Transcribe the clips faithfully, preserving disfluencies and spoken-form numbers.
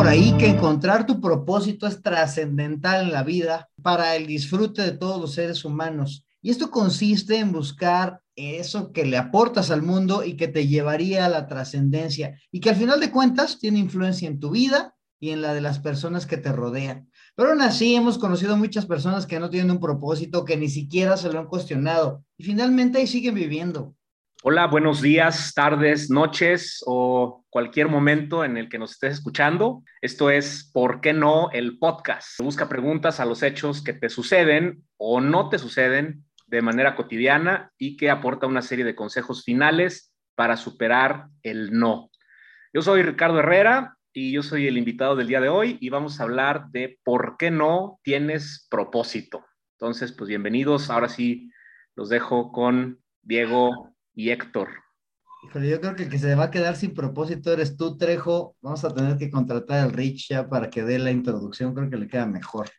por ahí que encontrar tu propósito es trascendental en la vida para el disfrute de todos los seres humanos. Y esto consiste en buscar eso que le aportas al mundo y que te llevaría a la trascendencia y que al final de cuentas tiene influencia en tu vida y en la de las personas que te rodean. Pero aún así hemos conocido muchas personas que no tienen un propósito, que ni siquiera se lo han cuestionado y finalmente ahí siguen viviendo. Hola, buenos días, tardes, noches o cualquier momento en el que nos estés escuchando. Esto es ¿Por qué no? El podcast. Busca preguntas a los hechos que te suceden o no te suceden de manera cotidiana y que aporta una serie de consejos finales para superar el no. Yo soy Ricardo Herrera y yo soy el invitado del día de hoy y vamos a hablar de ¿por qué no tienes propósito? Entonces, pues bienvenidos. Ahora sí los dejo con Diego y Héctor. Híjole, yo creo que el que se va a quedar sin propósito eres tú, Trejo. Vamos a tener que contratar al Rich ya para que dé la introducción. Creo que le queda mejor,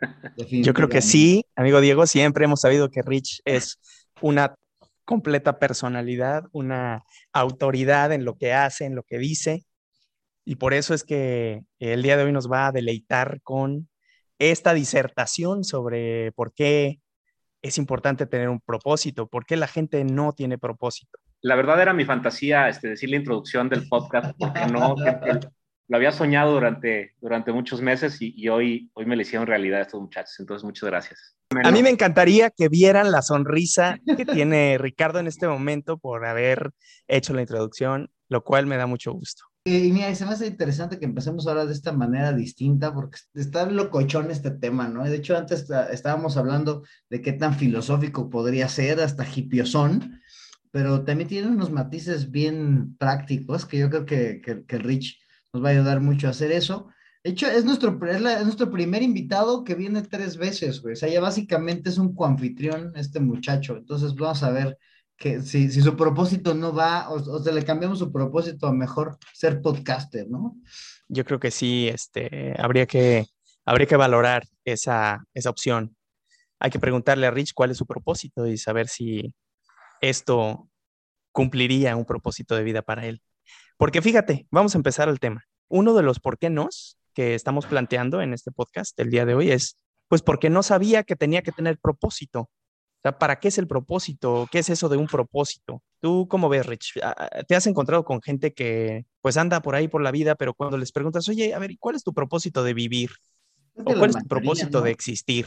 Yo creo que definitivamente. sí, amigo Diego, siempre hemos sabido que Rich es una completa personalidad, una autoridad en lo que hace, en lo que dice, y por eso es que el día de hoy nos va a deleitar con esta disertación sobre por qué es importante tener un propósito, por qué la gente no tiene propósito. La verdad era mi fantasía este, decir la introducción del podcast, porque no, siempre lo había soñado durante, durante muchos meses y, y hoy, hoy me lo hicieron realidad estos muchachos. Entonces, muchas gracias. A mí me encantaría que vieran la sonrisa que tiene Ricardo en este momento por haber hecho la introducción, lo cual me da mucho gusto. Y mira, se me hace interesante que empecemos ahora de esta manera distinta, porque está locochón este tema, ¿no? De hecho, antes está- estábamos hablando de qué tan filosófico podría ser, hasta hipiosón, pero también tiene unos matices bien prácticos que yo creo que, que, que Rich nos va a ayudar mucho a hacer eso. De hecho, es nuestro, es, la- es nuestro primer invitado que viene tres veces, güey. O sea, ya básicamente es un coanfitrión este muchacho. Entonces, vamos a ver que si, si su propósito no va, o, o se le cambiamos su propósito a mejor ser podcaster, ¿no? Yo creo que sí, este, habría que, habría que valorar esa, esa opción. Hay que preguntarle a Rich cuál es su propósito y saber si esto cumpliría un propósito de vida para él. Porque fíjate, vamos a empezar el tema. Uno de los por qué nos que estamos planteando en este podcast el día de hoy es, pues porque no sabía que tenía que tener propósito. O sea, ¿para qué es el propósito? ¿Qué es eso de un propósito? ¿Tú cómo ves, Rich? Ah, ah, ¿Te has encontrado con gente que pues anda por ahí por la vida, pero cuando les preguntas, oye, a ver, ¿y cuál es tu propósito de vivir? Creo que ¿O la cuál es tu mayoría, propósito de ¿no? existir?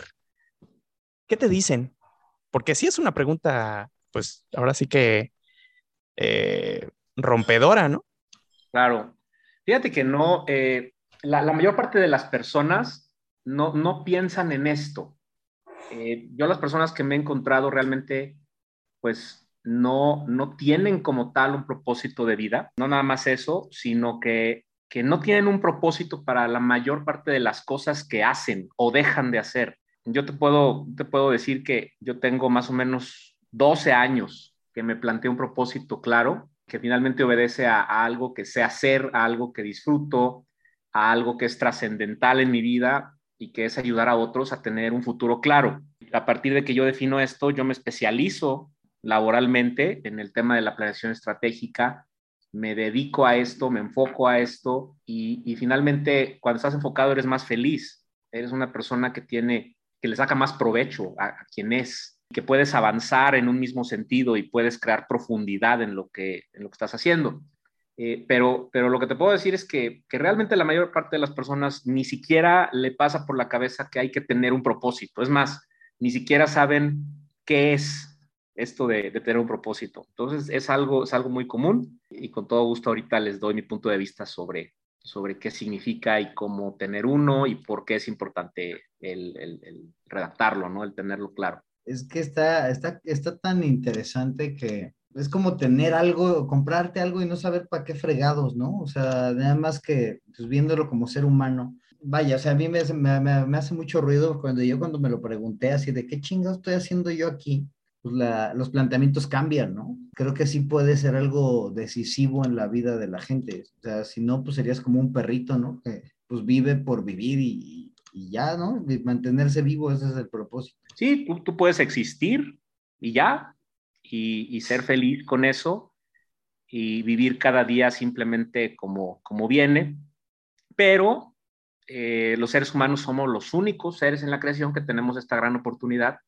¿Qué te dicen? Porque sí es una pregunta, pues ahora sí que eh, rompedora, ¿no? Claro. Fíjate que no, eh, la, la mayor parte de las personas no, no piensan en esto. Eh, yo las personas que me he encontrado realmente, pues no, no tienen como tal un propósito de vida. No nada más eso, sino que, que no tienen un propósito para la mayor parte de las cosas que hacen o dejan de hacer. Yo te puedo, te puedo decir que yo tengo más o menos doce años que me planteé un propósito claro, que finalmente obedece a, a algo que sé hacer, a algo que disfruto, a algo que es trascendental en mi vida y que es ayudar a otros a tener un futuro claro. A partir de que yo defino esto, yo me especializo laboralmente en el tema de la planeación estratégica, me dedico a esto, me enfoco a esto y, y finalmente cuando estás enfocado eres más feliz, eres una persona que tiene, que le saca más provecho a, a quien es, que puedes avanzar en un mismo sentido y puedes crear profundidad en lo que, en lo que estás haciendo. Eh, pero, pero lo que te puedo decir es que, que realmente la mayor parte de las personas ni siquiera le pasa por la cabeza que hay que tener un propósito. Es más, ni siquiera saben qué es esto de, de tener un propósito. Entonces es algo, es algo muy común y con todo gusto ahorita les doy mi punto de vista sobre, sobre qué significa y cómo tener uno y por qué es importante el, el, el redactarlo, ¿no? El tenerlo claro. Es que está, está, está tan interesante que es como tener algo, comprarte algo y no saber para qué fregados, ¿no? O sea, nada más que pues, viéndolo como ser humano. Vaya, o sea, a mí me hace, me, me- me hace mucho ruido cuando yo cuando me lo pregunté así de qué chingados estoy haciendo yo aquí, pues la, los planteamientos cambian, ¿no? Creo que sí puede ser algo decisivo en la vida de la gente. O sea, si no, pues serías como un perrito, ¿no? Que pues vive por vivir y, y ya, ¿no? Y mantenerse vivo, ese es el propósito. Sí, tú, tú puedes existir y ya, y, y ser feliz con eso y vivir cada día simplemente como, como viene, pero eh, los seres humanos somos los únicos seres en la creación que tenemos esta gran oportunidad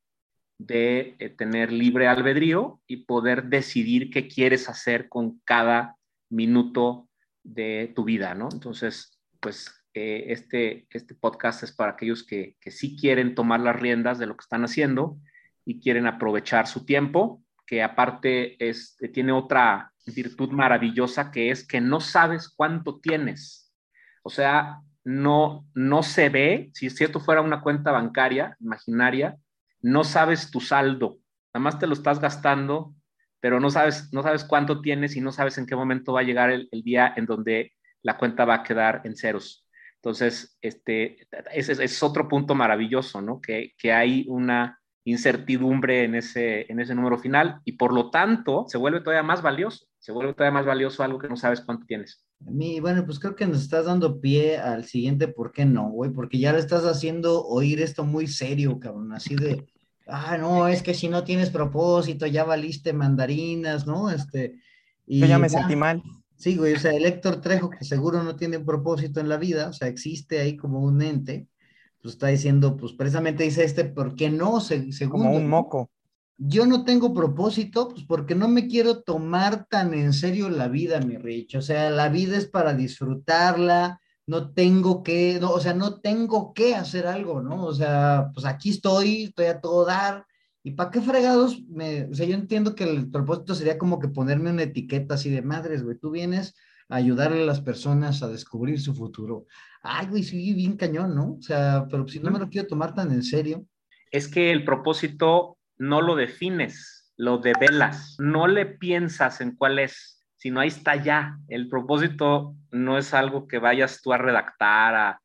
de eh, tener libre albedrío y poder decidir qué quieres hacer con cada minuto de tu vida, ¿no? Entonces, pues eh, este, este podcast es para aquellos que, que sí quieren tomar las riendas de lo que están haciendo y quieren aprovechar su tiempo, que aparte es, tiene otra virtud maravillosa, que es que no sabes cuánto tienes. O sea, no, no se ve, si es cierto fuera una cuenta bancaria imaginaria, no sabes tu saldo, nada más te lo estás gastando, pero no sabes, no sabes cuánto tienes y no sabes en qué momento va a llegar el, el día en donde la cuenta va a quedar en ceros. Entonces, este, ese es, es otro punto maravilloso, ¿no? Que, que hay una incertidumbre en ese, en ese número final y por lo tanto se vuelve todavía más valioso, se vuelve todavía más valioso algo que no sabes cuánto tienes. A mí, bueno, pues creo que nos estás dando pie al siguiente, ¿por qué no, güey? Porque ya le estás haciendo oír esto muy serio, cabrón, así de, ah, no, es que si no tienes propósito, ya valiste mandarinas, ¿no? Este, Yo ya y me sentí mal. sí, güey, o sea, el Héctor Trejo, que seguro no tiene un propósito en la vida, o sea, existe ahí como un ente, pues está diciendo, pues precisamente dice este, ¿por qué no? Se- Como segundo, un ¿no? moco. Yo no tengo propósito, pues porque no me quiero tomar tan en serio la vida, mi Rich. O sea, la vida es para disfrutarla, no tengo que, no, o sea, no tengo que hacer algo, ¿no? O sea, pues aquí estoy, estoy a todo dar. ¿Y para qué fregados? Me, o sea, yo entiendo que el propósito sería como que ponerme una etiqueta así de madres, güey. Tú vienes a ayudarle a las personas a descubrir su futuro. Ay, güey, sí, bien cañón, ¿no? O sea, pero si no me lo quiero tomar tan en serio. Es que el propósito no lo defines, lo develas. No le piensas en cuál es, sino ahí está ya. El propósito no es algo que vayas tú a redactar, a,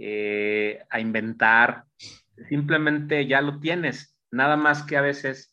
eh, a inventar. Simplemente ya lo tienes. Nada más que a veces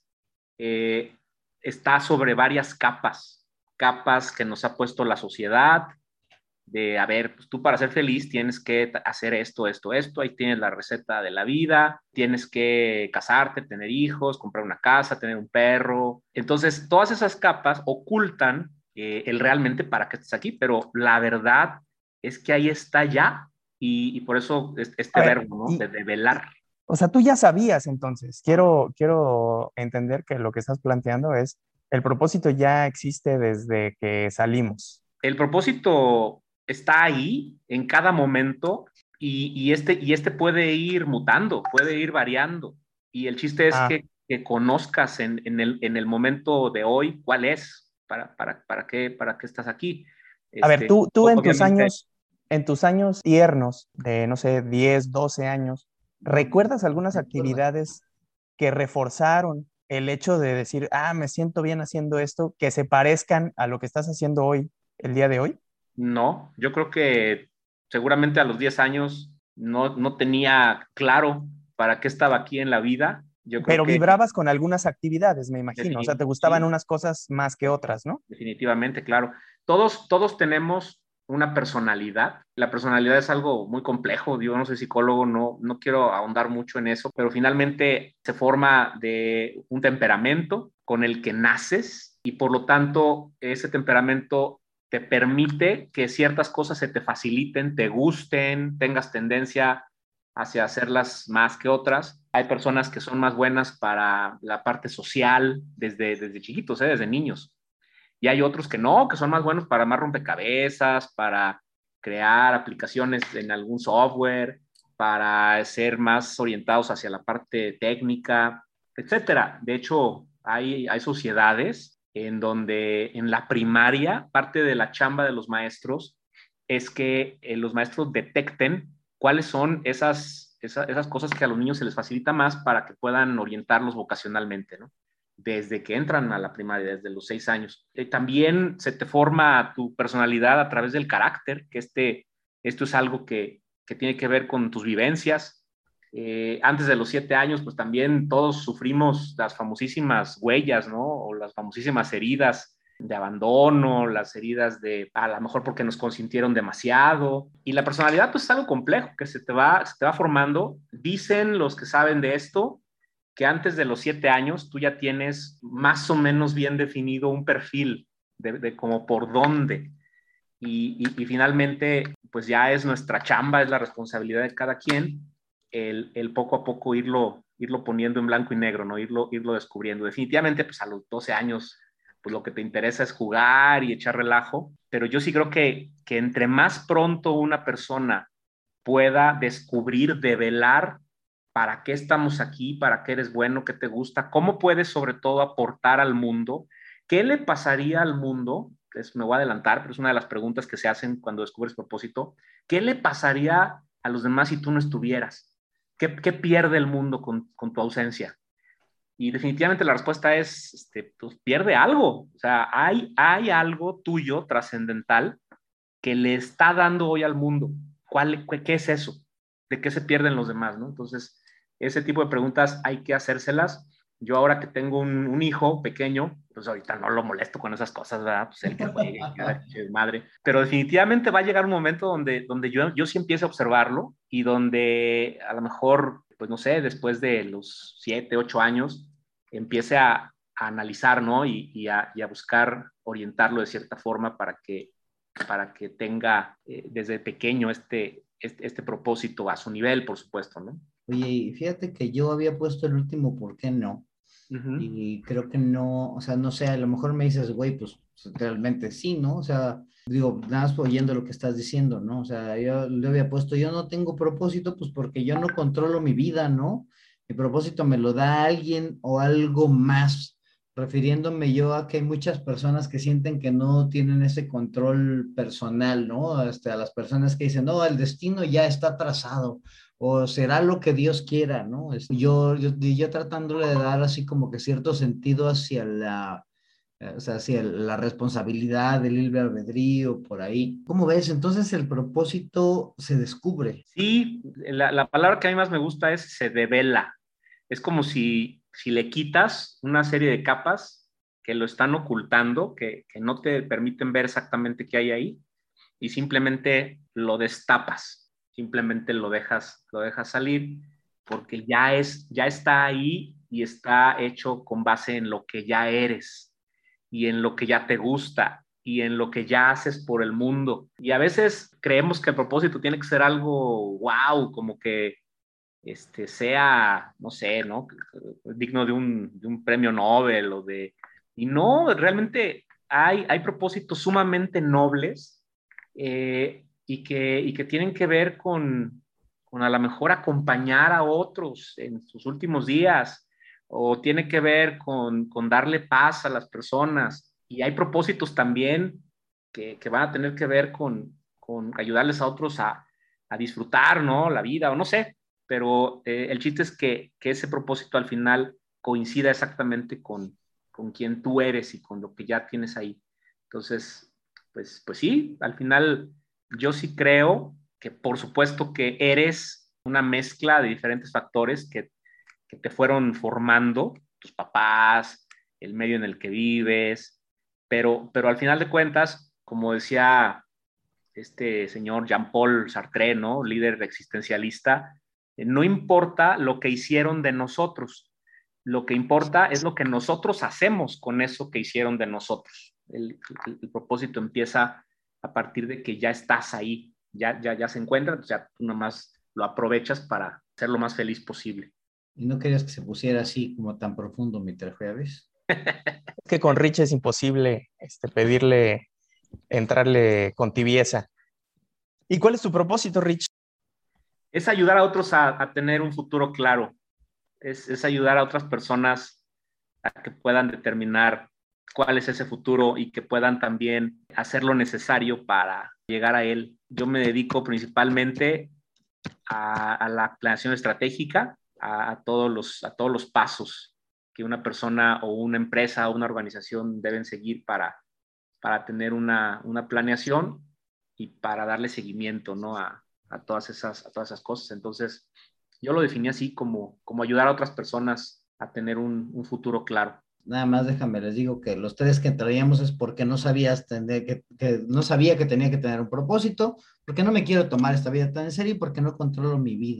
eh, está sobre varias capas, capas que nos ha puesto la sociedad, de, a ver, pues tú para ser feliz tienes que hacer esto, esto, esto, ahí tienes la receta de la vida, tienes que casarte, tener hijos, comprar una casa, tener un perro. Entonces, todas esas capas ocultan eh, el realmente para qué estás aquí, pero la verdad es que ahí está ya y, y por eso A este ver, verbo, ¿no? y, De develar. o sea, tú ya sabías entonces. Quiero, quiero entender que lo que estás planteando es, el propósito ya existe desde que salimos. El propósito está ahí en cada momento y, y, este, y este puede ir mutando, puede ir variando. Y el chiste es Ah, que, que conozcas en, en, el, en el momento de hoy cuál es, para, para, para, qué, para qué estás aquí. a ver, Este, tú, tú en tus obviamente, años, en tus años tiernos de, no sé, diez, doce años, No, ¿recuerdas algunas me acuerdo. actividades que reforzaron el hecho de decir, ah, me siento bien haciendo esto, que se parezcan a lo que estás haciendo hoy, el día de hoy? no. Yo creo que seguramente a los diez años no, no tenía claro para qué estaba aquí en la vida. Yo creo Pero que vibrabas con algunas actividades, me imagino. O sea, te definitivamente gustaban sí. unas cosas más que otras, ¿no? Definitivamente, claro. Todos, todos tenemos una personalidad. La personalidad es algo muy complejo. Yo no soy psicólogo, no, no quiero ahondar mucho en eso, pero finalmente se forma de un temperamento con el que naces y por lo tanto ese temperamento te permite que ciertas cosas se te faciliten, te gusten, tengas tendencia hacia hacerlas más que otras. Hay personas que son más buenas para la parte social desde, desde chiquitos, ¿eh? Desde niños. Y hay otros que no, que son más buenos para más rompecabezas, para crear aplicaciones en algún software, para ser más orientados hacia la parte técnica, etcétera. De hecho, hay, hay sociedades en donde en la primaria, parte de la chamba de los maestros es que eh, los maestros detecten cuáles son esas, esas, esas cosas que a los niños se les facilita más para que puedan orientarlos vocacionalmente, ¿no? Desde que entran a la primaria, desde los seis años. Eh, también se te forma tu personalidad a través del carácter, que este, esto es algo que, que tiene que ver con tus vivencias. Eh, antes de los siete años, pues también todos sufrimos las famosísimas huellas, ¿no? O las famosísimas heridas de abandono, las heridas de a lo mejor porque nos consintieron demasiado. Y la personalidad, pues es algo complejo que se te va, se te va formando. Dicen los que saben de esto que antes de los siete años tú ya tienes más o menos bien definido un perfil de, de como por dónde. y, y, y finalmente, pues ya es nuestra chamba, es la responsabilidad de cada quien el, el poco a poco irlo, irlo poniendo en blanco y negro, ¿no? Irlo, irlo descubriendo. Definitivamente, pues a los doce años, pues lo que te interesa es jugar y echar relajo, pero yo sí creo que, que entre más pronto una persona pueda descubrir, develar para qué estamos aquí, para qué eres bueno, qué te gusta, cómo puedes sobre todo aportar al mundo, qué le pasaría al mundo, es, me voy a adelantar, pero es una de las preguntas que se hacen cuando descubres propósito, ¿qué le pasaría a los demás si tú no estuvieras? ¿Qué, qué pierde el mundo con, con tu ausencia? Y definitivamente la respuesta es, este, pues pierde algo, o sea, hay, hay algo tuyo trascendental que le está dando hoy al mundo. ¿Cuál, ¿Qué es eso? ¿De qué se pierden los demás? ¿No? Entonces, ese tipo de preguntas hay que hacérselas. Yo ahora que tengo un, un hijo pequeño, pues ahorita no lo molesto con esas cosas, ¿verdad? Pues el que juegue, que madre. Pero definitivamente va a llegar un momento donde, donde yo, yo sí empiece a observarlo y donde a lo mejor, pues no sé, después de los siete, ocho años, empiece a, a analizar, ¿no? Y, y, a, y a buscar orientarlo de cierta forma para que para que tenga eh, desde pequeño este, este, este propósito a su nivel, por supuesto, ¿no? Oye, fíjate que yo había puesto el último, ¿por qué no? Uh-huh. Y creo que no, o sea, no sé, a lo mejor me dices, güey, pues realmente sí, ¿no? O sea, digo, nada más oyendo lo que estás diciendo, ¿no? O sea, yo le había puesto, yo no tengo propósito, pues porque yo no controlo mi vida, ¿no? Mi propósito me lo da alguien o algo más, refiriéndome yo a que hay muchas personas que sienten que no tienen ese control personal, ¿no? Hasta a las personas que dicen, no, el destino ya está trazado o será lo que Dios quiera, ¿no? Es- Yo, yo, yo tratándole de dar así como que cierto sentido hacia la, eh, o sea, hacia la responsabilidad del libre albedrío, por ahí. ¿Cómo ves? Entonces el propósito se descubre. Sí, la, la palabra que a mí más me gusta es se devela. Es como si, si le quitas una serie de capas que lo están ocultando, que, que no te permiten ver exactamente qué hay ahí, y simplemente lo destapas, simplemente lo dejas, lo dejas salir, porque ya, es, ya está ahí y está hecho con base en lo que ya eres y en lo que ya te gusta y en lo que ya haces por el mundo. Y a veces creemos que el propósito tiene que ser algo wow, como que este, sea, no sé, ¿no? Digno de un, de un premio Nobel o de... Y no, realmente hay, hay propósitos sumamente nobles eh, y, que, y que tienen que ver con, con a lo mejor acompañar a otros en sus últimos días o tiene que ver con, con darle paz a las personas. Y hay propósitos también que, que van a tener que ver con, con ayudarles a otros a, a disfrutar, ¿no? La vida o no sé, pero eh, el chiste es que, que, ese propósito al final coincida exactamente con, con quien tú eres y con lo que ya tienes ahí. Entonces, pues, pues sí, al final yo sí creo que por supuesto que eres una mezcla de diferentes factores que, que te fueron formando, tus papás, el medio en el que vives, pero, pero al final de cuentas, como decía este señor Jean-Paul Sartre, ¿no? Líder existencialista, eh, no importa lo que hicieron de nosotros, lo que importa es lo que nosotros hacemos con eso que hicieron de nosotros. El, el, el propósito empieza a partir de que ya estás ahí, ya, ya, ya se encuentra, ya tú nomás lo aprovechas para ser lo más feliz posible. Y no querías que se pusiera así como tan profundo mi ¿ves? Es que con Rich es imposible este, pedirle, entrarle con tibieza. ¿Y cuál es tu propósito, Rich? Es ayudar a otros a, a tener un futuro claro. Es, es ayudar a otras personas a que puedan determinar cuál es ese futuro y que puedan también hacer lo necesario para llegar a él. Yo me dedico principalmente a, a la planeación estratégica, a, a, todos los, a todos los pasos que una persona o una empresa o una organización deben seguir para, para tener una, una planeación y para darle seguimiento, ¿no? a, a, todas esas, a todas esas cosas. Entonces, yo lo definí así como, como ayudar a otras personas a tener un, un futuro claro. Nada más déjame, les digo que los tres que traíamos es porque no sabías tener que, que no sabía que tenía que tener un propósito, porque no me quiero tomar esta vida tan en serio y porque no controlo mi vida.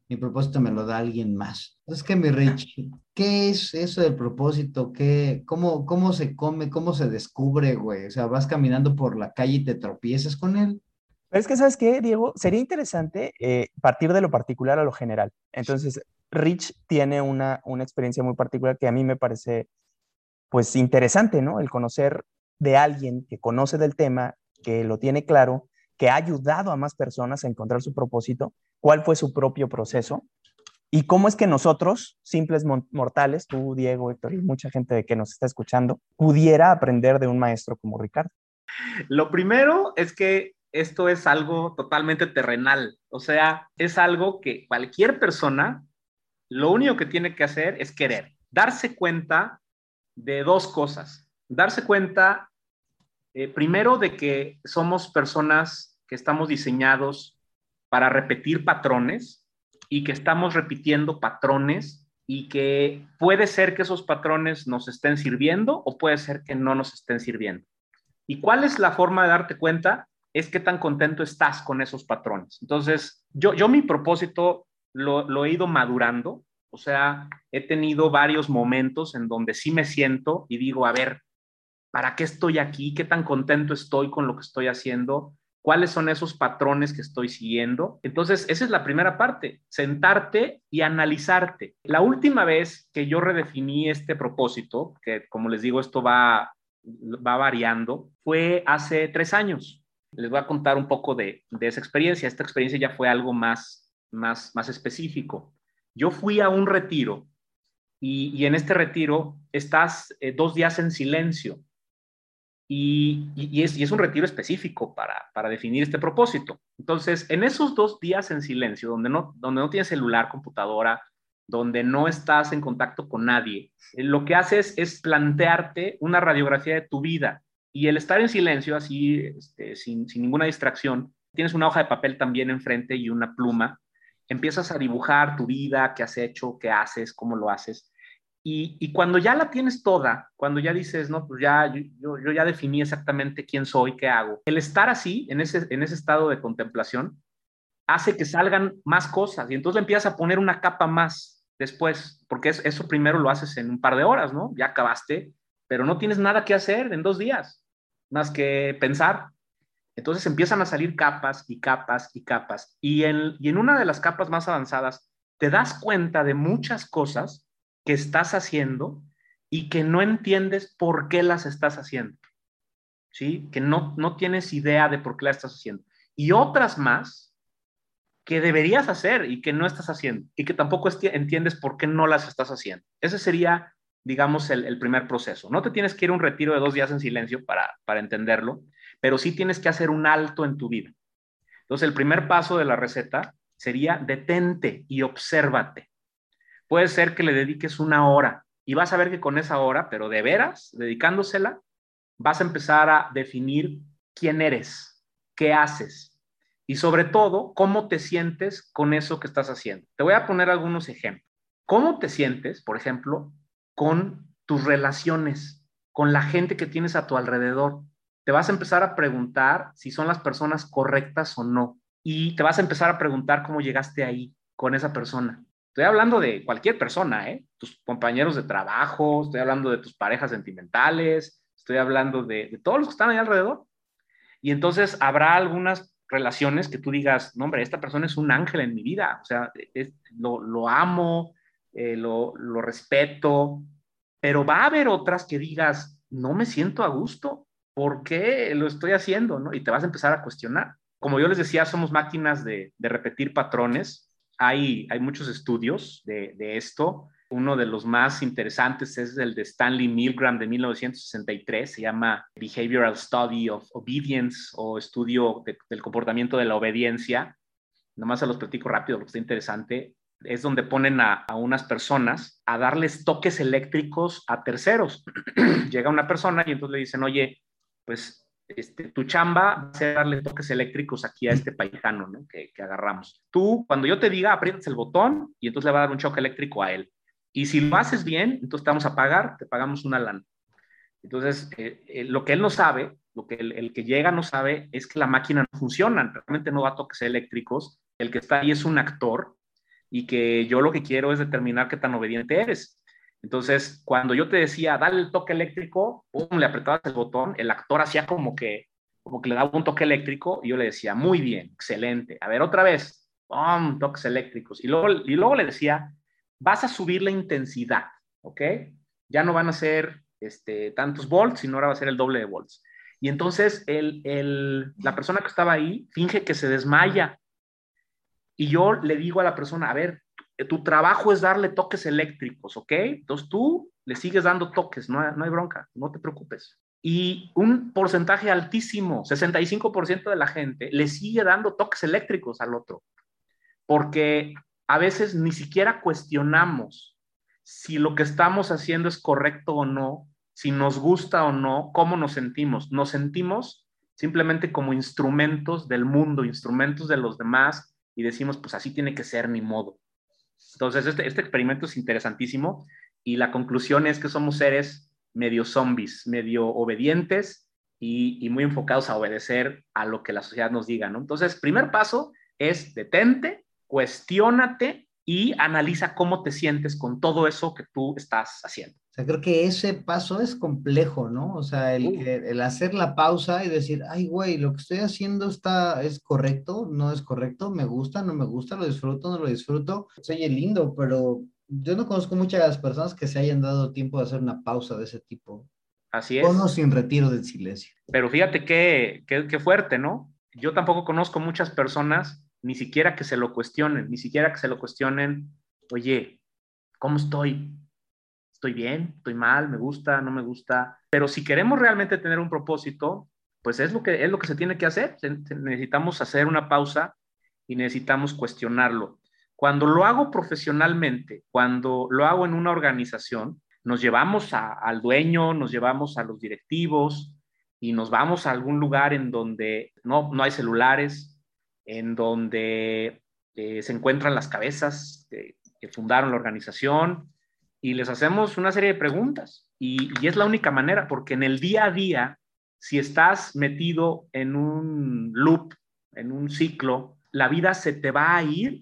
mi propósito me lo da alguien más. Entonces, ¿qué, mi Rich? ¿Qué es eso del propósito? ¿Qué, cómo, cómo se come? ¿Cómo se descubre, güey? O sea, vas caminando por la calle y te tropiezas con él. Pero es que, ¿sabes qué, Diego? Sería interesante eh, partir de lo particular a lo general. Entonces, Rich tiene una, una experiencia muy particular que a mí me parece, pues, interesante, ¿no? El conocer de alguien que conoce del tema, que lo tiene claro, que ha ayudado a más personas a encontrar su propósito, cuál fue su propio proceso y cómo es que nosotros, simples mortales, tú, Diego, Héctor y mucha gente que nos está escuchando, pudiera aprender de un maestro como Ricardo. Lo primero es que esto es algo totalmente terrenal, o sea, es algo que cualquier persona, lo único que tiene que hacer es querer, darse cuenta de dos cosas. Darse cuenta, eh, primero, de que somos personas que estamos diseñados para repetir patrones y que estamos repitiendo patrones y que puede ser que esos patrones nos estén sirviendo o puede ser que no nos estén sirviendo. ¿Y cuál es la forma de darte cuenta? Es qué tan contento estás con esos patrones. Entonces, yo, yo mi propósito lo, lo he ido madurando. O sea, he tenido varios momentos en donde sí me siento y digo, a ver, ¿para qué estoy aquí? ¿Qué tan contento estoy con lo que estoy haciendo? ¿Cuáles son esos patrones que estoy siguiendo? Entonces, esa es la primera parte, sentarte y analizarte. La última vez que yo redefiní este propósito, que como les digo, esto va, va variando, fue hace tres años. Les voy a contar un poco de, de esa experiencia. Esta experiencia ya fue algo más, más, más específico. Yo fui a un retiro y, y en este retiro estás eh, dos días en silencio. Y, y, es, y es un retiro específico para, para definir este propósito. Entonces, en esos dos días en silencio, donde no, donde no tienes celular, computadora, donde no estás en contacto con nadie, lo que haces es plantearte una radiografía de tu vida. Y el estar en silencio, así, este, sin, sin ninguna distracción, tienes una hoja de papel también enfrente y una pluma, empiezas a dibujar tu vida, qué has hecho, qué haces, cómo lo haces. Y, y cuando ya la tienes toda, cuando ya dices, no, pues ya, yo, yo ya definí exactamente quién soy, qué hago, el estar así, en ese, en ese estado de contemplación, hace que salgan más cosas y entonces le empiezas a poner una capa más después, porque es, eso primero lo haces en un par de horas, ¿no? Ya acabaste, pero no tienes nada que hacer en dos días, más que pensar. Entonces empiezan a salir capas y capas y capas. Y en, y en una de las capas más avanzadas, te das cuenta de muchas cosas que estás haciendo y que no entiendes por qué las estás haciendo, ¿sí? Que no, no tienes idea de por qué las estás haciendo. Y otras más que deberías hacer y que no estás haciendo y que tampoco entiendes por qué no las estás haciendo. Ese sería, digamos, el, el primer proceso. No te tienes que ir a un retiro de dos días en silencio para, para entenderlo, pero sí tienes que hacer un alto en tu vida. Entonces, el primer paso de la receta sería detente y obsérvate. Puede ser que le dediques una hora y vas a ver que con esa hora, pero de veras, dedicándosela, vas a empezar a definir quién eres, qué haces y sobre todo, cómo te sientes con eso que estás haciendo. Te voy a poner algunos ejemplos. ¿Cómo te sientes, por ejemplo, con tus relaciones, con la gente que tienes a tu alrededor? Te vas a empezar a preguntar si son las personas correctas o no. Y te vas a empezar a preguntar cómo llegaste ahí con esa persona. Estoy hablando de cualquier persona, ¿eh? Tus compañeros de trabajo, estoy hablando de tus parejas sentimentales, estoy hablando de, de todos los que están ahí alrededor. Y entonces habrá algunas relaciones que tú digas, no, hombre, esta persona es un ángel en mi vida, o sea, es, lo, lo amo, eh, lo, lo respeto, pero va a haber otras que digas, no me siento a gusto, ¿por qué lo estoy haciendo? ¿No? Y te vas a empezar a cuestionar. Como yo les decía, somos máquinas de, de repetir patrones. Hay, hay muchos estudios de, de esto. Uno de los más interesantes es el de Stanley Milgram de mil novecientos sesenta y tres, se llama Behavioral Study of Obedience o estudio de, del comportamiento de la obediencia. Nomás se los platico rápido, lo que está interesante. Es donde ponen a, a unas personas a darles toques eléctricos a terceros. Llega una persona y entonces le dicen, oye, pues este, tu chamba va a ser darle toques eléctricos aquí a este paisano, ¿no? que, que agarramos. Tú, cuando yo te diga, aprietas el botón y entonces le va a dar un choque eléctrico a él. Y si lo haces bien, entonces te vamos a pagar, te pagamos una lana. Entonces, eh, eh, lo que él no sabe, lo que el, el que llega no sabe, es que la máquina no funciona, realmente no da toques eléctricos, el que está ahí es un actor, y que yo lo que quiero es determinar qué tan obediente eres. Entonces, cuando yo te decía, dale el toque eléctrico, pum, le apretabas el botón, el actor hacía como que, como que le daba un toque eléctrico y yo le decía, muy bien, excelente. A ver, otra vez, pum, toques eléctricos. Y luego, y luego le decía, vas a subir la intensidad, ¿ok? Ya no van a ser este, tantos volts, sino ahora va a ser el doble de volts. Y entonces el, el, la persona que estaba ahí finge que se desmaya. Y yo le digo a la persona, a ver, tu trabajo es darle toques eléctricos, ¿ok? Entonces tú le sigues dando toques, no hay, no hay bronca, no te preocupes. Y un porcentaje altísimo, sesenta y cinco por ciento de la gente, le sigue dando toques eléctricos al otro, porque a veces ni siquiera cuestionamos si lo que estamos haciendo es correcto o no, si nos gusta o no, cómo nos sentimos. Nos sentimos simplemente como instrumentos del mundo, instrumentos de los demás, y decimos, pues así tiene que ser, ni modo. Entonces, este, este experimento es interesantísimo y la conclusión es que somos seres medio zombies, medio obedientes y, y muy enfocados a obedecer a lo que la sociedad nos diga, ¿no? Entonces, primer paso es detente, cuestiónate y analiza cómo te sientes con todo eso que tú estás haciendo. O sea, creo que ese paso es complejo, ¿no? O sea, el, Uh. que, el hacer la pausa y decir, ay, güey, lo que estoy haciendo está, es correcto, no es correcto, me gusta, no me gusta, lo disfruto, no lo disfruto. Se oye lindo, pero yo no conozco muchas personas que se hayan dado tiempo de hacer una pausa de ese tipo. Así Con o es. sin retiro del silencio. Pero fíjate qué, qué, qué fuerte, ¿no? Yo tampoco conozco muchas personas, ni siquiera que se lo cuestionen, ni siquiera que se lo cuestionen, oye, ¿cómo estoy? ¿Estoy bien? ¿Estoy mal? ¿Me gusta? ¿No me gusta? Pero si queremos realmente tener un propósito, pues es lo que, es lo que se tiene que hacer. Necesitamos hacer una pausa y necesitamos cuestionarlo. Cuando lo hago profesionalmente, cuando lo hago en una organización, nos llevamos a, al dueño, nos llevamos a los directivos y nos vamos a algún lugar en donde no, no hay celulares, en donde eh, se encuentran las cabezas que, que fundaron la organización y les hacemos una serie de preguntas. Y, y es la única manera, porque en el día a día, si estás metido en un loop, en un ciclo, la vida se te va a ir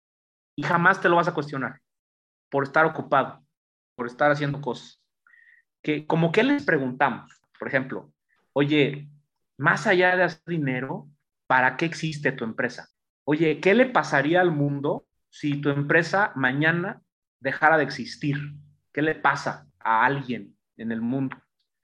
y jamás te lo vas a cuestionar por estar ocupado, por estar haciendo cosas. Que, como que les preguntamos, por ejemplo, oye, más allá de hacer dinero, ¿para qué existe tu empresa? Oye, ¿qué le pasaría al mundo si tu empresa mañana dejara de existir? ¿Qué le pasa a alguien en el mundo?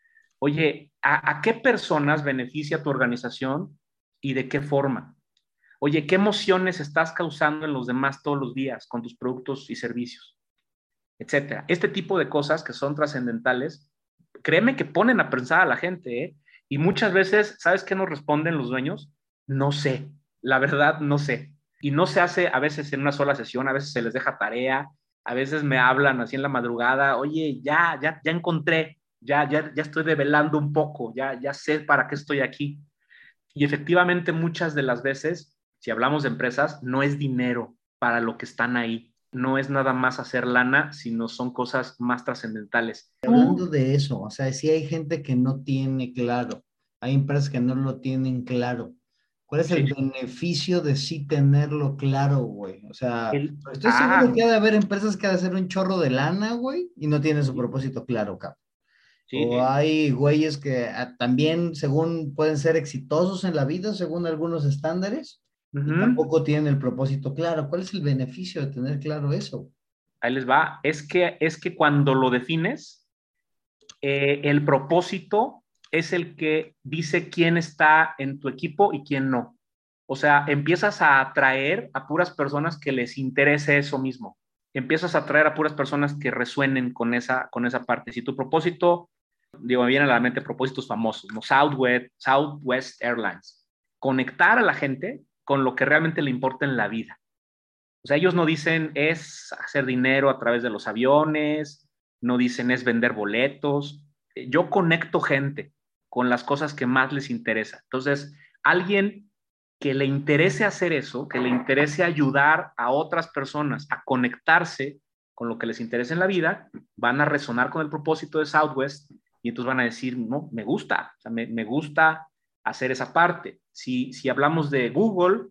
Oye, ¿a, a qué personas beneficia tu organización y de qué forma? Oye, ¿qué emociones estás causando en los demás todos los días con tus productos y servicios? Etcétera. Este tipo de cosas que son trascendentales, créeme que ponen a pensar a la gente, ¿eh? Y muchas veces, ¿sabes qué nos responden los dueños? No sé, la verdad no sé. Y no se hace a veces en una sola sesión, a veces se les deja tarea, a veces me hablan así en la madrugada, oye, ya, ya, ya encontré, ya, ya, ya estoy develando un poco, ya, ya sé para qué estoy aquí. Y efectivamente muchas de las veces, si hablamos de empresas, no es dinero para lo que están ahí. No es nada más hacer lana, sino son cosas más trascendentales. Hablando de eso, o sea, sí hay gente que no tiene claro, hay empresas que no lo tienen claro. ¿Cuál es el Sí. beneficio de sí tenerlo claro, güey? O sea, El, estoy seguro ah, que ha de haber empresas que ha de hacer un chorro de lana, güey, y no tienen su sí, propósito claro, cabrón. sí, O eh, hay güeyes que ah, también, según pueden ser exitosos en la vida, según algunos estándares, y uh-huh. tampoco tienen el propósito claro. ¿Cuál es el beneficio de tener claro eso? Ahí les va. Es que, es que cuando lo defines, eh, el propósito es el que dice quién está en tu equipo y quién no. O sea, empiezas a atraer a puras personas que les interese eso mismo. Empiezas a atraer a puras personas que resuenen con esa, con esa parte. Si tu propósito, digo, me vienen a la mente propósitos famosos, ¿no? Southwest, Southwest Airlines. Conectar a la gente con lo que realmente le importa en la vida. O sea, ellos no dicen es hacer dinero a través de los aviones, no dicen es vender boletos. Yo conecto gente con las cosas que más les interesa. Entonces, alguien que le interese hacer eso, que le interese ayudar a otras personas a conectarse con lo que les interesa en la vida, van a resonar con el propósito de Southwest y entonces van a decir, no, me gusta, o sea, me, me gusta hacer esa parte. Si, si hablamos de Google,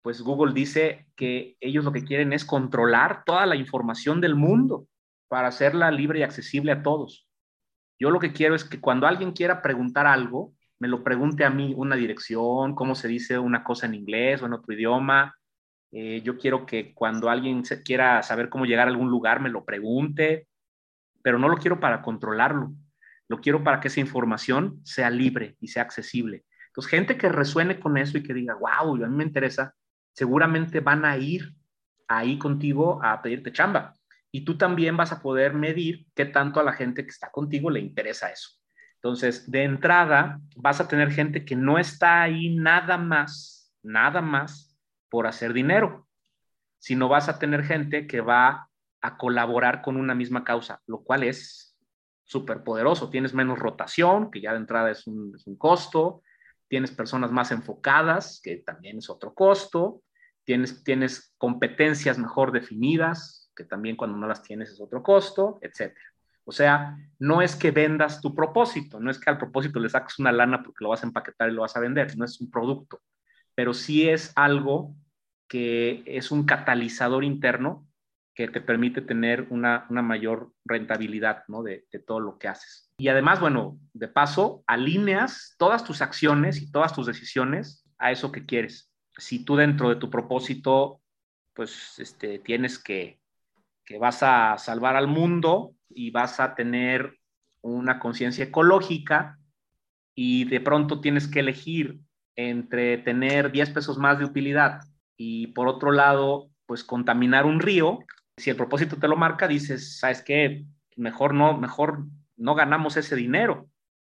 pues Google dice que ellos lo que quieren es controlar toda la información del mundo para hacerla libre y accesible a todos. Yo lo que quiero es que cuando alguien quiera preguntar algo, me lo pregunte a mí, una dirección, cómo se dice una cosa en inglés o en otro idioma. Eh, yo quiero que cuando alguien se quiera saber cómo llegar a algún lugar, me lo pregunte, pero no lo quiero para controlarlo. Lo quiero para que esa información sea libre y sea accesible. Entonces, gente que resuene con eso y que diga, wow, a mí me interesa, seguramente van a ir ahí contigo a pedirte chamba. Y tú también vas a poder medir qué tanto a la gente que está contigo le interesa eso. Entonces, de entrada, vas a tener gente que no está ahí nada más, nada más por hacer dinero, sino vas a tener gente que va a colaborar con una misma causa, lo cual es súper poderoso. Tienes menos rotación, que ya de entrada es un, es un costo. Tienes personas más enfocadas, que también es otro costo. Tienes, tienes competencias mejor definidas, que también cuando no las tienes es otro costo, etcétera. O sea, no es que vendas tu propósito, no es que al propósito le saques una lana porque lo vas a empaquetar y lo vas a vender, no es un producto, pero sí es algo que es un catalizador interno que te permite tener una, una mayor rentabilidad, ¿no? de, de todo lo que haces. Y además, bueno, de paso, alineas todas tus acciones y todas tus decisiones a eso que quieres. Si tú dentro de tu propósito, pues este, tienes que, que vas a salvar al mundo y vas a tener una conciencia ecológica y de pronto tienes que elegir entre tener diez pesos más de utilidad y por otro lado, pues contaminar un río, si el propósito te lo marca, dices, ¿sabes qué? Mejor no, mejor no ganamos ese dinero,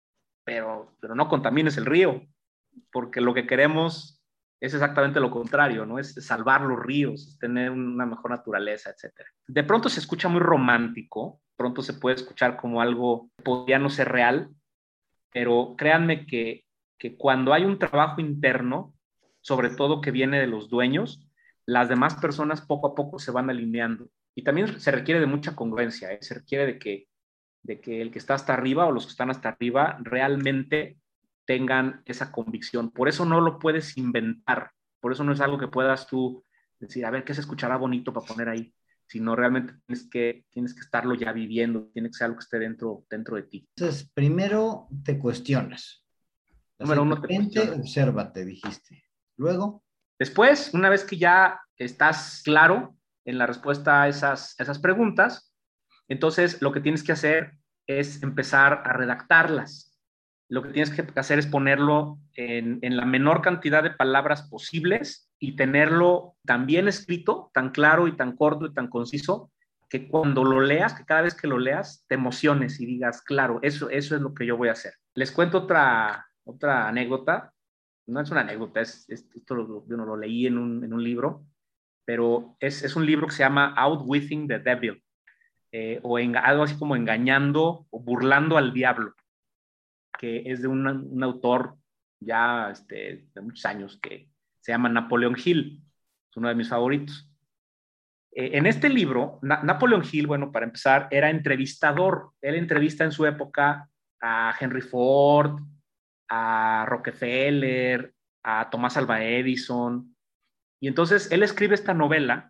pero, pero no contamines el río, porque lo que queremos es exactamente lo contrario, ¿no? Es salvar los ríos, es tener una mejor naturaleza, etcétera. De pronto se escucha muy romántico, pronto se puede escuchar como algo que podría no ser real, pero créanme que, que cuando hay un trabajo interno, sobre todo que viene de los dueños, las demás personas poco a poco se van alineando. Y también se requiere de mucha congruencia, ¿eh? Se requiere de que, de que el que está hasta arriba o los que están hasta arriba realmente tengan esa convicción. Por eso no lo puedes inventar, por eso no es algo que puedas tú decir, a ver, ¿qué se escuchará bonito para poner ahí? Sino realmente tienes que, tienes que estarlo ya viviendo, tiene que ser algo que esté dentro, dentro de ti. Entonces, primero te cuestionas. Así, Número uno, te mente, cuestionas. obsérvate, dijiste. Luego, Después, una vez que ya estás claro en la respuesta a esas, a esas preguntas, entonces lo que tienes que hacer es empezar a redactarlas. Lo que tienes que hacer es ponerlo en, en la menor cantidad de palabras posibles y tenerlo tan bien escrito, tan claro y tan corto y tan conciso, que cuando lo leas, que cada vez que lo leas, te emociones y digas, claro, eso, eso es lo que yo voy a hacer. Les cuento otra, otra anécdota. No es una anécdota, es, es, esto lo, yo no lo leí en un, en un libro, pero es, es un libro que se llama Outwitting the Devil, eh, o en, algo así como engañando o burlando al diablo, que es de un, un autor ya este, de muchos años que se llama Napoleon Hill, es uno de mis favoritos. Eh, en este libro, Na Napoleon Hill, bueno, para empezar, era entrevistador, él entrevista en su época a Henry Ford, a Rockefeller, a Thomas Alva Edison. Y entonces él escribe esta novela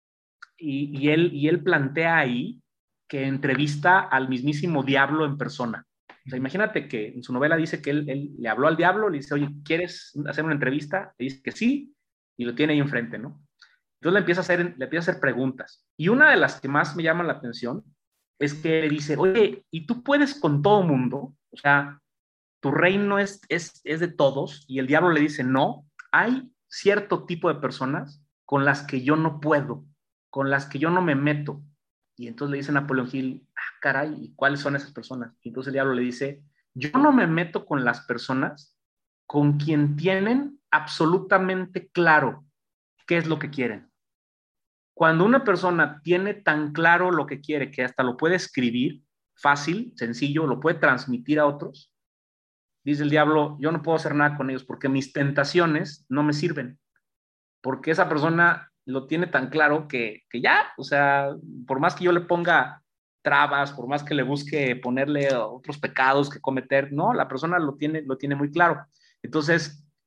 y, y, él, y él plantea ahí que entrevista al mismísimo diablo en persona. O sea, imagínate que en su novela dice que él, él le habló al diablo, le dice, oye, ¿quieres hacer una entrevista? Le dice que sí, y lo tiene ahí enfrente, ¿no? Entonces le empieza a hacer, le empieza a hacer preguntas. Y una de las que más me llama la atención es que le dice, oye, ¿y tú puedes con todo mundo? O sea, tu reino es, es, es de todos, y el diablo le dice, no, hay cierto tipo de personas con las que yo no puedo, con las que yo no me meto. Y entonces le dice Napoleón Hill, ah, caray, ¿y cuáles son esas personas? Y entonces el diablo le dice, yo no me meto con las personas con quien tienen absolutamente claro qué es lo que quieren. Cuando una persona tiene tan claro lo que quiere que hasta lo puede escribir fácil, sencillo, lo puede transmitir a otros, dice el diablo, yo no puedo hacer nada con ellos porque mis tentaciones no me sirven, porque esa persona lo tiene tan claro que, que ya, o sea, por más que yo le ponga trabas, por más que le busque ponerle otros pecados que cometer, no, la persona lo tiene, lo tiene muy claro. Entonces,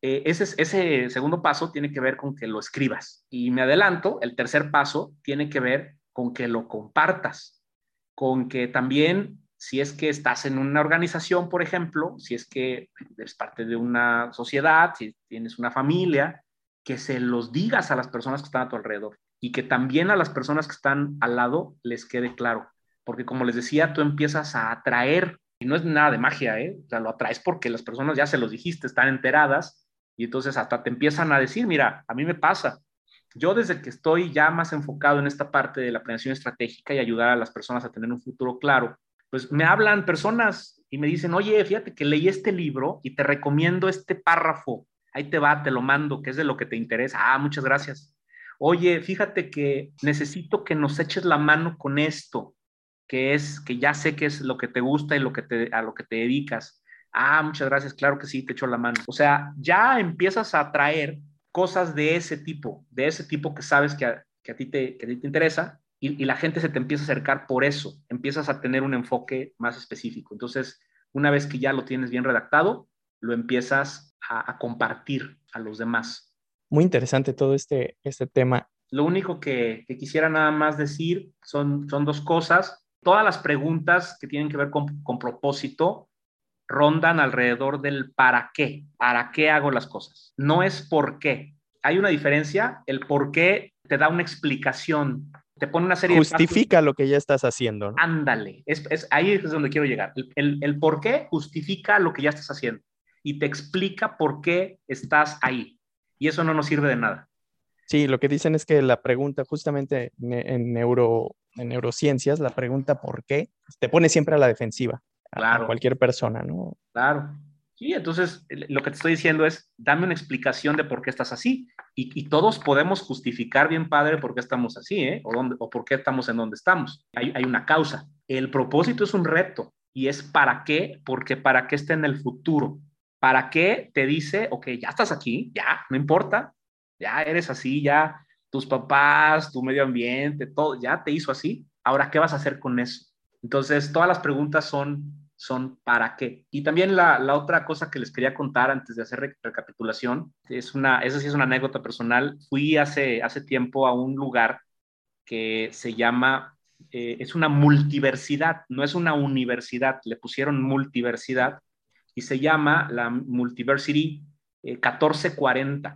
eh, ese, ese segundo paso tiene que ver con que lo escribas. Y me adelanto, el tercer paso tiene que ver con que lo compartas, con que también, si es que estás en una organización, por ejemplo, si es que eres parte de una sociedad, si tienes una familia, que se los digas a las personas que están a tu alrededor y que también a las personas que están al lado les quede claro. Porque como les decía, tú empiezas a atraer, y no es nada de magia, ¿eh? O sea, lo atraes porque las personas ya se los dijiste, están enteradas, y entonces hasta te empiezan a decir, mira, a mí me pasa. Yo desde que estoy ya más enfocado en esta parte de la planeación estratégica y ayudar a las personas a tener un futuro claro, pues me hablan personas y me dicen, oye, fíjate que leí este libro y te recomiendo este párrafo. Ahí te va, te lo mando, que es de lo que te interesa. Ah, muchas gracias. Oye, fíjate que necesito que nos eches la mano con esto, que es, que ya sé que es lo que te gusta y lo que te, a lo que te dedicas. Ah, muchas gracias, claro que sí, te echo la mano. O sea, ya empiezas a traer cosas de ese tipo, de ese tipo que sabes que a, que a, ti, te, que a ti te interesa y, y la gente se te empieza a acercar por eso, empiezas a tener un enfoque más específico. Entonces, una vez que ya lo tienes bien redactado, lo empiezas a, a compartir a los demás. Muy interesante todo este, este tema. Lo único que, que quisiera nada más decir son, son dos cosas. Todas las preguntas que tienen que ver con, con propósito rondan alrededor del para qué, para qué hago las cosas. No es por qué. Hay una diferencia, el por qué te da una explicación, te pone una serie Justifica de pasos. Lo que ya estás haciendo, ¿no? Ándale, es, es, ahí es donde quiero llegar. El, el, el por qué justifica lo que ya estás haciendo y te explica por qué estás ahí. Y eso no nos sirve de nada. Sí, lo que dicen es que la pregunta, justamente en, neuro, en neurociencias, la pregunta ¿por qué? Te pone siempre a la defensiva, a, Claro, a cualquier persona, ¿no? claro. Sí, entonces lo que te estoy diciendo es, dame una explicación de por qué estás así. Y, y todos podemos justificar bien padre por qué estamos así, ¿eh? O, dónde, o por qué estamos en donde estamos. Hay, hay una causa. El propósito es un reto y es para qué, porque para qué está en el futuro. ¿Para qué te dice, ok, ya estás aquí, ya, no importa, ya eres así, ya tus papás, tu medio ambiente, todo, ya te hizo así. Ahora, ¿qué vas a hacer con eso? Entonces, todas las preguntas son son para qué. Y también la, la otra cosa que les quería contar antes de hacer re recapitulación, es una, esa sí es una anécdota personal. Fui hace, hace tiempo a un lugar que se llama, eh, es una multiversidad, no es una universidad, le pusieron multiversidad y se llama la Multiversity eh, catorce cuarenta.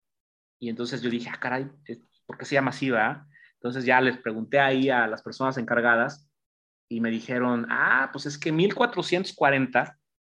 Y entonces yo dije, ah, caray, ¿por qué se llama así, va? Entonces ya les pregunté ahí a las personas encargadas y me dijeron, ah, pues es que mil cuatrocientos cuarenta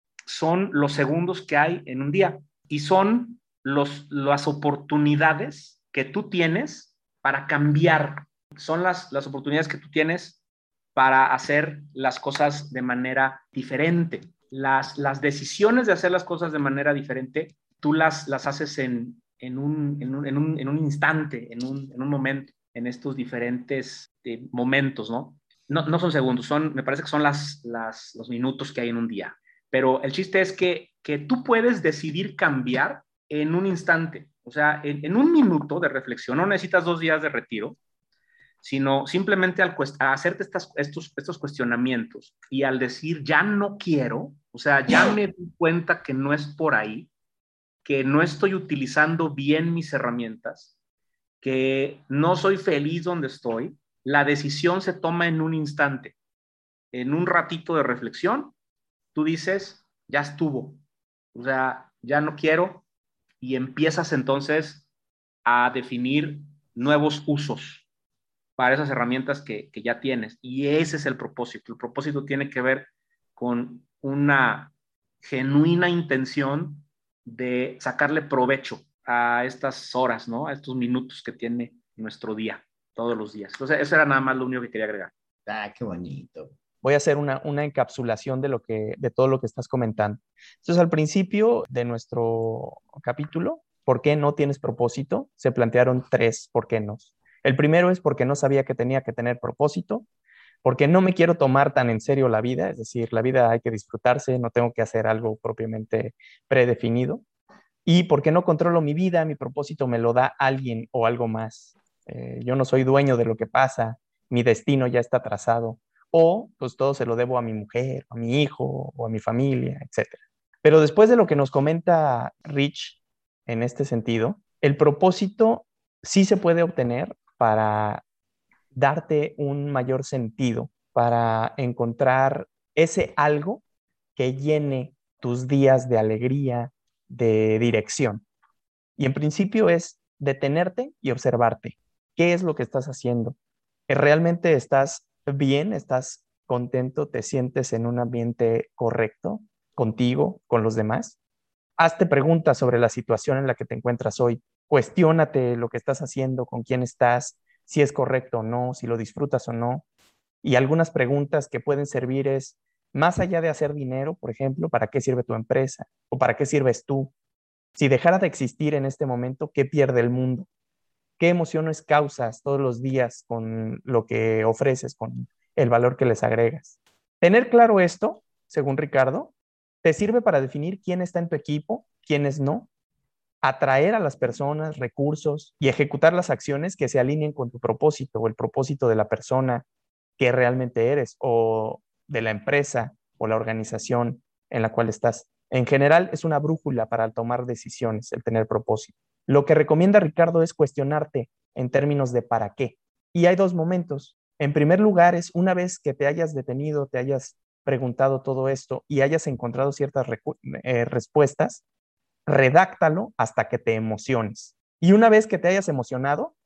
son los segundos que hay en un día y son los, las oportunidades que tú tienes para cambiar, son las, las oportunidades que tú tienes para hacer las cosas de manera diferente. Las, las decisiones de hacer las cosas de manera diferente, tú las, las haces en, en, un, en, un, en, un, en un instante, en un, en un momento, en estos diferentes eh, momentos, ¿no? No, no son segundos, son, me parece que son las, las, los minutos que hay en un día. Pero el chiste es que, que tú puedes decidir cambiar en un instante. O sea, en, en un minuto de reflexión, no necesitas dos días de retiro, sino simplemente al a hacerte estas, estos, estos cuestionamientos y al decir ya no quiero, o sea, ya me di cuenta que no es por ahí, que no estoy utilizando bien mis herramientas, que no soy feliz donde estoy, la decisión se toma en un instante, en un ratito de reflexión, tú dices, ya estuvo, o sea, ya no quiero, y empiezas entonces a definir nuevos usos para esas herramientas que, que ya tienes. Y ese es el propósito. El propósito tiene que ver con una genuina intención de sacarle provecho a estas horas, ¿no? A estos minutos que tiene nuestro día, todos los días. Entonces, eso era nada más lo único que quería agregar. Ah, qué bonito. Voy a hacer una, una encapsulación de, lo que, de todo lo que estás comentando. Entonces, al principio de nuestro capítulo, ¿por qué no tienes propósito? Se plantearon tres por qué no. El primero es porque no sabía que tenía que tener propósito, porque no me quiero tomar tan en serio la vida, es decir, la vida hay que disfrutarse, no tengo que hacer algo propiamente predefinido, y porque no controlo mi vida, mi propósito me lo da alguien o algo más. Eh, yo no soy dueño de lo que pasa, mi destino ya está trazado, o pues todo se lo debo a mi mujer, a mi hijo o a mi familia, etcétera. Pero después de lo que nos comenta Rich, en este sentido. El propósito sí se puede obtener para darte un mayor sentido, para encontrar ese algo que llene tus días de alegría, de dirección. Y en principio es detenerte y observarte. ¿Qué es lo que estás haciendo? ¿Realmente estás bien? ¿Estás contento? ¿Te sientes en un ambiente correcto contigo, con los demás? Hazte preguntas sobre la situación en la que te encuentras hoy. Cuestiónate lo que estás haciendo, con quién estás, si es correcto o no, si lo disfrutas o no. Y algunas preguntas que pueden servir es, más allá de hacer dinero, por ejemplo, ¿para qué sirve tu empresa? ¿O para qué sirves tú? Si dejara de existir en este momento, ¿qué pierde el mundo? ¿Qué emociones causas todos los días con lo que ofreces, con el valor que les agregas? Tener claro esto, según Ricardo, te sirve para definir quién está en tu equipo, quiénes no, atraer a las personas, recursos y ejecutar las acciones que se alineen con tu propósito o el propósito de la persona que realmente eres o de la empresa o la organización en la cual estás. En general, es una brújula para tomar decisiones, el tener propósito. Lo que recomienda Ricardo es cuestionarte en términos de para qué. Y hay dos momentos. En primer lugar, es una vez que te hayas detenido, te hayas preguntado todo esto y hayas encontrado ciertas eh, respuestas, redáctalo hasta que te emociones. Y una vez que te hayas emocionado,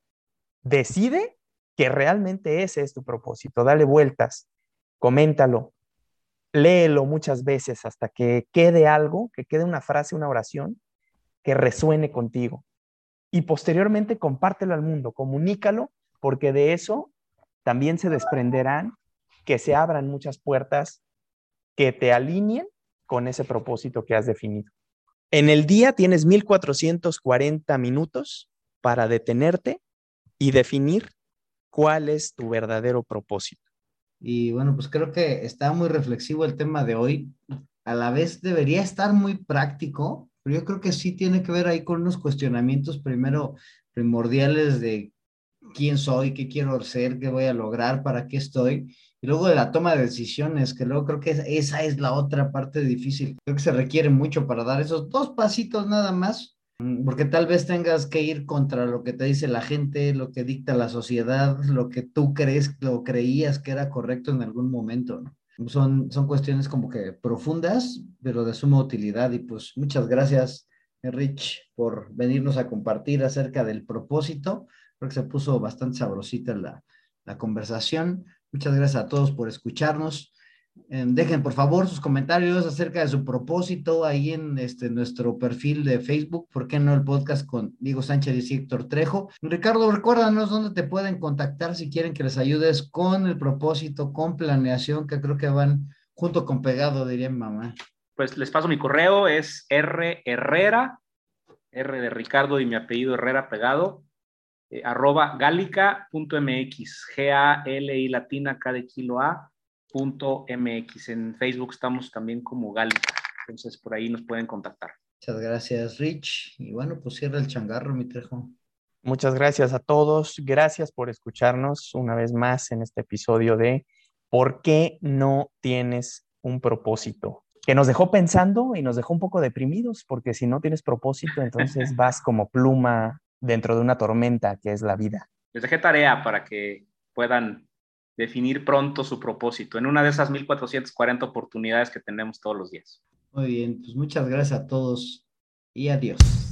decide que realmente ese es tu propósito. Dale vueltas, coméntalo, léelo muchas veces hasta que quede algo, que quede una frase, una oración que resuene contigo. Y posteriormente compártelo al mundo, comunícalo, porque de eso también se desprenderán que se abran muchas puertas que te alineen con ese propósito que has definido. En el día tienes mil cuatrocientos cuarenta minutos para detenerte y definir cuál es tu verdadero propósito. Y bueno, pues creo que está muy reflexivo el tema de hoy. A la vez debería estar muy práctico, pero yo creo que sí tiene que ver ahí con unos cuestionamientos primero primordiales de quién soy, qué quiero ser, qué voy a lograr, para qué estoy. Y luego de la toma de decisiones, que luego creo que es- esa es la otra parte difícil. Creo que se requiere mucho para dar esos dos pasitos nada más, mm, porque tal vez tengas que ir contra lo que te dice la gente, lo que dicta la sociedad, lo que tú crees, lo creías que era correcto en algún momento, ¿no? Son, son cuestiones como que profundas, pero de suma utilidad. Y pues muchas gracias, Rich, por venirnos a compartir acerca del propósito. Creo que se puso bastante sabrosita la, la conversación. Muchas gracias a todos por escucharnos. Eh, dejen por favor sus comentarios acerca de su propósito ahí en este, nuestro perfil de Facebook. ¿Por qué no el podcast con Diego Sánchez y Héctor Trejo? Ricardo, recuérdanos dónde te pueden contactar si quieren que les ayudes con el propósito, con planeación, que creo que van junto con pegado, diría mi mamá. Pues les paso mi correo, es R Herrera, R de Ricardo y mi apellido Herrera pegado, eh, arroba galica.mx, G A L I latina, K de kilo A, punto M X. En Facebook estamos también como Galica, entonces por ahí nos pueden contactar. Muchas gracias, Rich. Y bueno, pues cierra el changarro, mi Trejo. Muchas gracias a todos. Gracias por escucharnos una vez más en este episodio de ¿Por qué no tienes un propósito? Que nos dejó pensando y nos dejó un poco deprimidos, porque si no tienes propósito, entonces vas como pluma dentro de una tormenta que es la vida. Les dejé tarea para que puedan definir pronto su propósito en una de esas mil cuatrocientas cuarenta oportunidades que tenemos todos los días. Muy bien, pues muchas gracias a todos y adiós.